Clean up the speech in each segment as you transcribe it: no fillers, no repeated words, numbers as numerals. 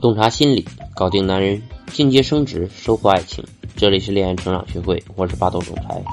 洞察心理，搞定男人，进阶升职，收获爱情。这里是恋爱成长学会，我是霸道总裁。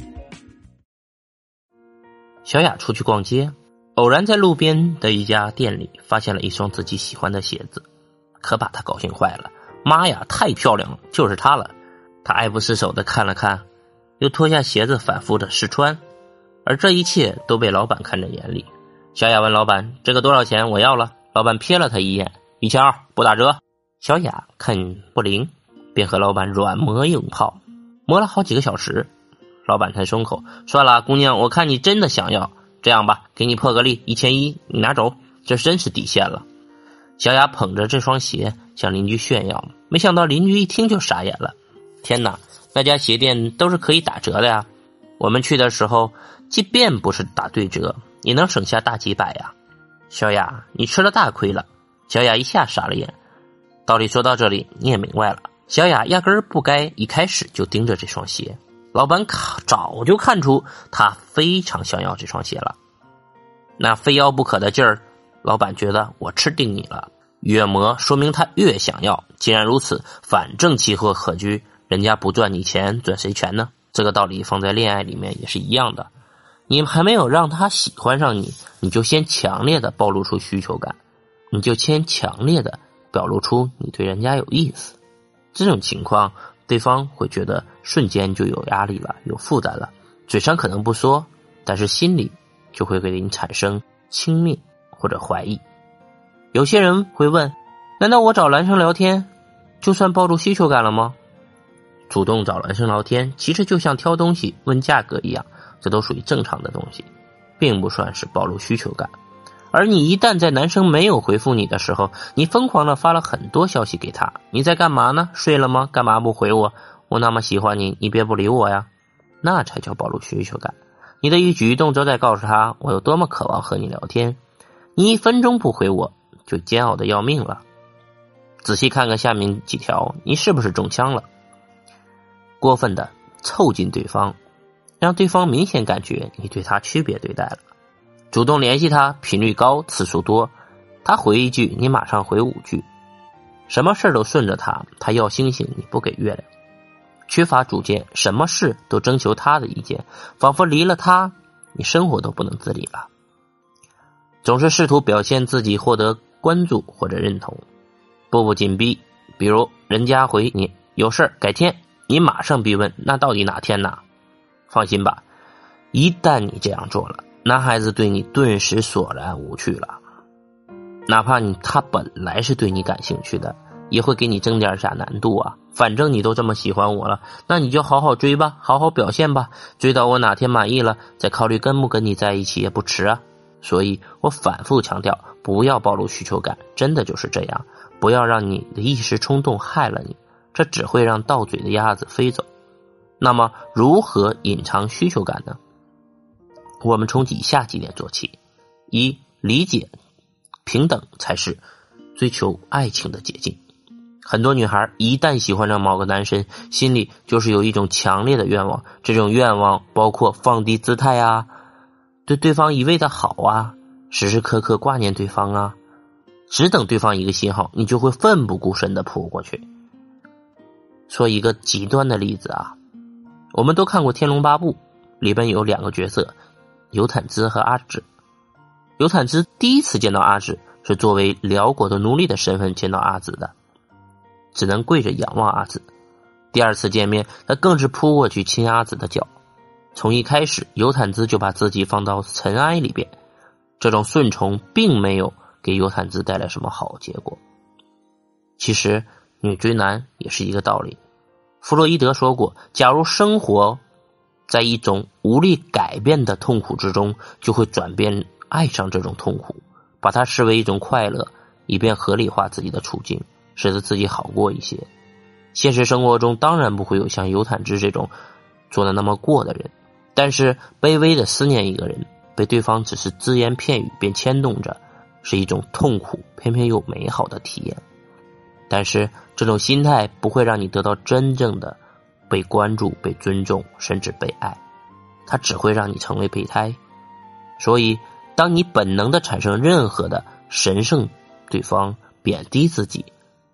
小雅出去逛街，偶然在路边的一家店里发现了一双自己喜欢的鞋子，可把她高兴坏了。妈呀，太漂亮了，就是它了。她爱不释手地看了看，又脱下鞋子反复的试穿，而这一切都被老板看在眼里。小雅问老板：“这个多少钱？我要了。”老板瞥了她一眼：“1200，不打折。”小雅看不灵，便和老板软磨硬泡，磨了好几个小时，老板才松口：“算了，姑娘，我看你真的想要，这样吧，给你破个例，1100，你拿走，这真是底线了。”小雅捧着这双鞋向邻居炫耀，没想到邻居一听就傻眼了：“天哪，那家鞋店都是可以打折的呀！我们去的时候，即便不是打对折，也能省下大几百呀！”小雅，你吃了大亏了。小雅一下傻了眼。道理说到这里，你也明白了，小雅压根儿不该一开始就盯着这双鞋。老板早就看出他非常想要这双鞋了，那非要不可的劲儿，老板觉得我吃定你了，越磨说明他越想要。既然如此，反正期货可居，人家不赚你钱，赚谁钱呢？这个道理放在恋爱里面也是一样的。你还没有让他喜欢上你，你就先强烈的暴露出需求感，你就先强烈的表露出你对人家有意思。这种情况，对方会觉得瞬间就有压力了，有负担了，嘴上可能不说，但是心里就会给你产生轻蔑或者怀疑。有些人会问，难道我找男生聊天就算暴露需求感了吗？主动找男生聊天其实就像挑东西问价格一样，这都属于正常的东西，并不算是暴露需求感。而你一旦在男生没有回复你的时候，你疯狂的发了很多消息给他，你在干嘛呢？睡了吗？干嘛不回我？我那么喜欢你，你别不理我呀。那才叫暴露需求感。你的一举一动都在告诉他我有多么渴望和你聊天，你1分钟不回我就煎熬的要命了。仔细看看下面几条，你是不是中枪了？过分的凑近对方，让对方明显感觉你对他区别对待了。主动联系他，频率高，次数多，他回一句你马上回5句，什么事都顺着他，他要星星你不给月亮。缺乏主见，什么事都征求他的意见，仿佛离了他你生活都不能自理了。总是试图表现自己获得关注或者认同，步步紧逼，比如人家回你有事改天，你马上逼问那到底哪天呢？放心吧，一旦你这样做了，男孩子对你顿时索然无趣了。哪怕他本来是对你感兴趣的，也会给你增点啥难度啊。反正你都这么喜欢我了，那你就好好追吧，好好表现吧，追到我哪天满意了，再考虑跟不跟你在一起也不迟啊。所以我反复强调，不要暴露需求感，真的就是这样，不要让你的一时冲动害了你，这只会让到嘴的鸭子飞走。那么如何隐藏需求感呢？我们从以下几点做起。1. 理解平等才是追求爱情的捷径。很多女孩一旦喜欢上某个男生，心里就是有一种强烈的愿望，这种愿望包括放低姿态啊，对对方一味的好啊，时时刻刻挂念对方啊，只等对方一个信号，你就会奋不顾身的扑过去。说一个极端的例子啊，我们都看过《天龙八部》，里边有2个角色，尤坦之和阿紫。尤坦之第一次见到阿紫是作为辽国的奴隶的身份见到阿紫的，只能跪着仰望阿紫。第2次见面，他更是扑过去亲阿紫的脚。从一开始，尤坦之就把自己放到尘埃里边，这种顺从并没有给尤坦之带来什么好结果。其实女追男也是一个道理。弗洛伊德说过，假如生活在一种无力改变的痛苦之中，就会转变爱上这种痛苦，把它视为一种快乐，以便合理化自己的处境，使得自己好过一些。现实生活中当然不会有像尤坦之这种做的那么过的人，但是卑微的思念一个人，被对方只是只言片语便牵动着，是一种痛苦偏偏又美好的体验。但是这种心态不会让你得到真正的被关注、被尊重，甚至被爱，它只会让你成为备胎。所以当你本能的产生任何的神圣对方贬低自己，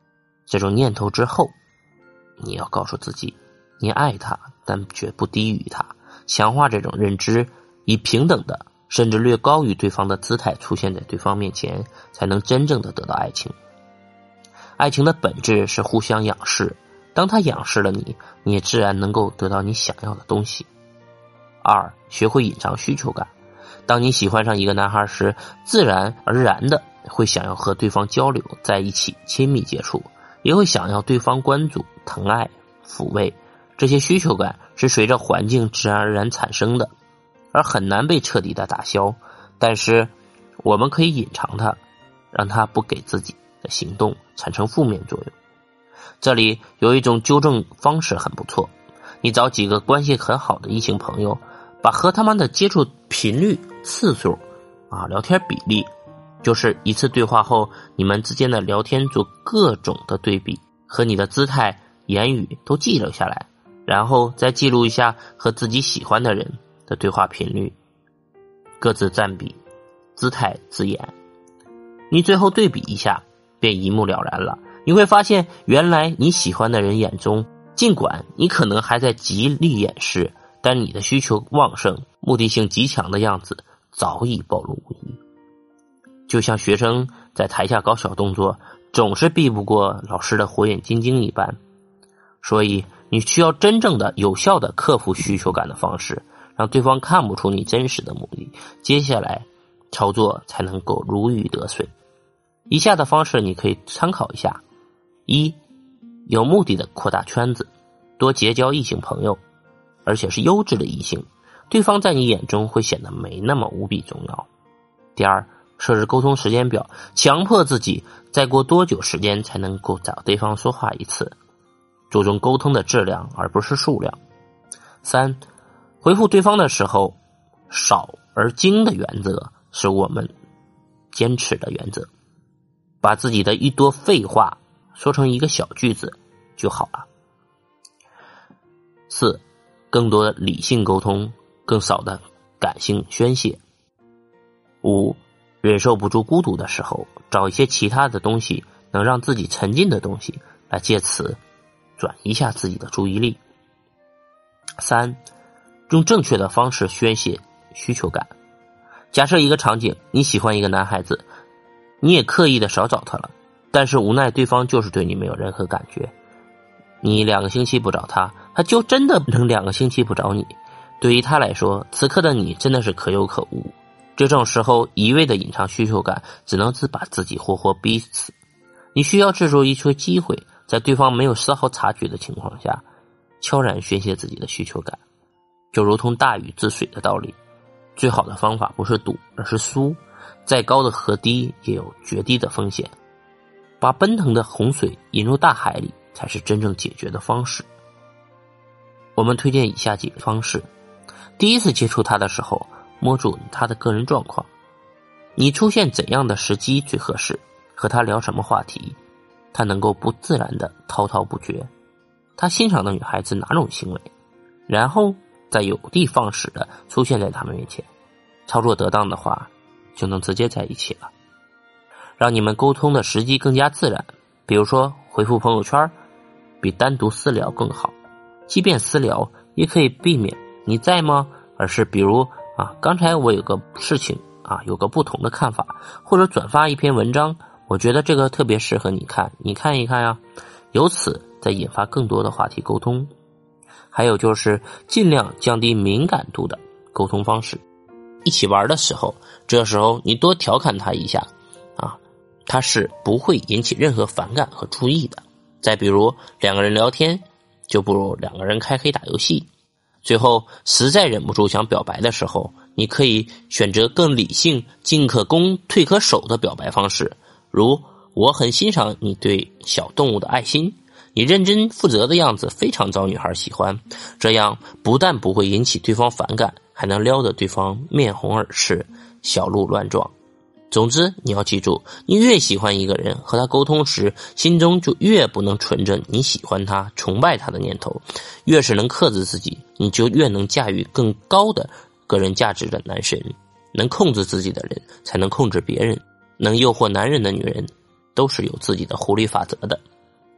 这种念头之后，你要告诉自己，你爱他，但绝不低于他，强化这种认知，以平等的甚至略高于对方的姿态出现在对方面前，才能真正的得到爱情。爱情的本质是互相仰视，当他仰视了你，你也自然能够得到你想要的东西。2. 学会隐藏需求感。当你喜欢上一个男孩时，自然而然的会想要和对方交流，在一起亲密接触，也会想要对方关注、疼爱、抚慰。这些需求感是随着环境自然而然产生的，而很难被彻底的打消。但是我们可以隐藏它，让它不给自己的行动产生负面作用。这里有一种纠正方式很不错，你找几个关系很好的异性朋友，把和他们的接触频率、次数聊天比例，就是一次对话后你们之间的聊天做各种的对比，和你的姿态、言语都记录下来，然后再记录一下和自己喜欢的人的对话频率，各自占比，姿态自演。你最后对比一下，便一目了然了。你会发现，原来你喜欢的人眼中，尽管你可能还在极力掩饰，但你的需求旺盛、目的性极强的样子早已暴露无遗。就像学生在台下搞小动作，总是避不过老师的火眼金睛一般。所以你需要真正的有效的克服需求感的方式，让对方看不出你真实的目的，接下来操作才能够如鱼得水。以下的方式你可以参考一下。1. 有目的的扩大圈子，多结交异性朋友，而且是优质的异性，对方在你眼中会显得没那么无比重要。第2，设置沟通时间表，强迫自己再过多久时间才能够找对方说话一次，注重沟通的质量而不是数量。3，回复对方的时候，少而精的原则是我们坚持的原则，把自己的一多废话说成一个小句子就好了。4，更多的理性沟通，更少的感性宣泄。5，忍受不住孤独的时候，找一些其他的东西能让自己沉浸的东西，来借此转移一下自己的注意力。3，用正确的方式宣泄需求感。假设一个场景，你喜欢一个男孩子，你也刻意的少找他了，但是无奈对方就是对你没有任何感觉。你2个星期不找他，他就真的能2个星期不找你。对于他来说，此刻的你真的是可有可无。这种时候一味的隐藏需求感，只能把自己活活逼死。你需要制作一些机会，在对方没有丝毫察觉的情况下，悄然宣泄自己的需求感。就如同大禹治水的道理，最好的方法不是堵，而是疏。再高的河堤也有决堤的风险，把奔腾的洪水引入大海里，才是真正解决的方式。我们推荐以下几个方式。第一次接触他的时候，摸住他的个人状况，你出现怎样的时机最合适，和他聊什么话题，他能够不自然的滔滔不绝，他欣赏的女孩子哪种行为，然后再有的放矢的出现在他们面前，操作得当的话就能直接在一起了。让你们沟通的时机更加自然，比如说回复朋友圈比单独私聊更好，即便私聊也可以避免你在吗，而是比如刚才我有个事情有个不同的看法，或者转发一篇文章，我觉得这个特别适合你看，你看一看呀，由此再引发更多的话题沟通。还有就是尽量降低敏感度的沟通方式。一起玩的时候，这时候你多调侃他一下他是不会引起任何反感和注意的。再比如2个人聊天，就不如2个人开黑打游戏。最后实在忍不住想表白的时候，你可以选择更理性、进可攻退可守的表白方式，如我很欣赏你对小动物的爱心，你认真负责的样子非常招女孩喜欢。这样不但不会引起对方反感，还能撩得对方面红耳赤，小鹿乱撞。总之你要记住，你越喜欢一个人，和他沟通时心中就越不能存着你喜欢他、崇拜他的念头。越是能克制自己，你就越能驾驭更高的个人价值的男神。能控制自己的人才能控制别人，能诱惑男人的女人都是有自己的狐狸法则的。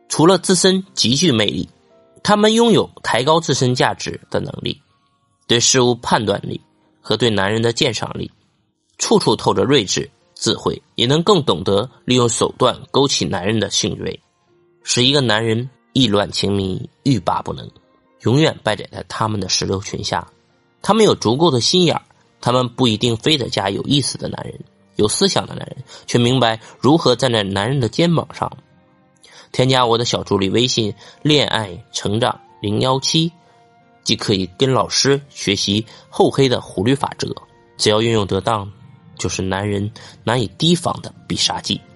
除了自身极具魅力，他们拥有抬高自身价值的能力，对事物判断力和对男人的鉴赏力，处处透着睿智智慧，也能更懂得利用手段勾起男人的兴趣，使一个男人意乱情迷，欲罢不能，永远败在他们的石榴裙下。他们有足够的心眼，他们不一定非得嫁有意思的男人，有思想的男人，却明白如何站在男人的肩膀上。添加我的小助理微信恋爱成长017，既可以跟老师学习厚黑的弧率法则，只要运用得当，就是男人难以提防的必杀技。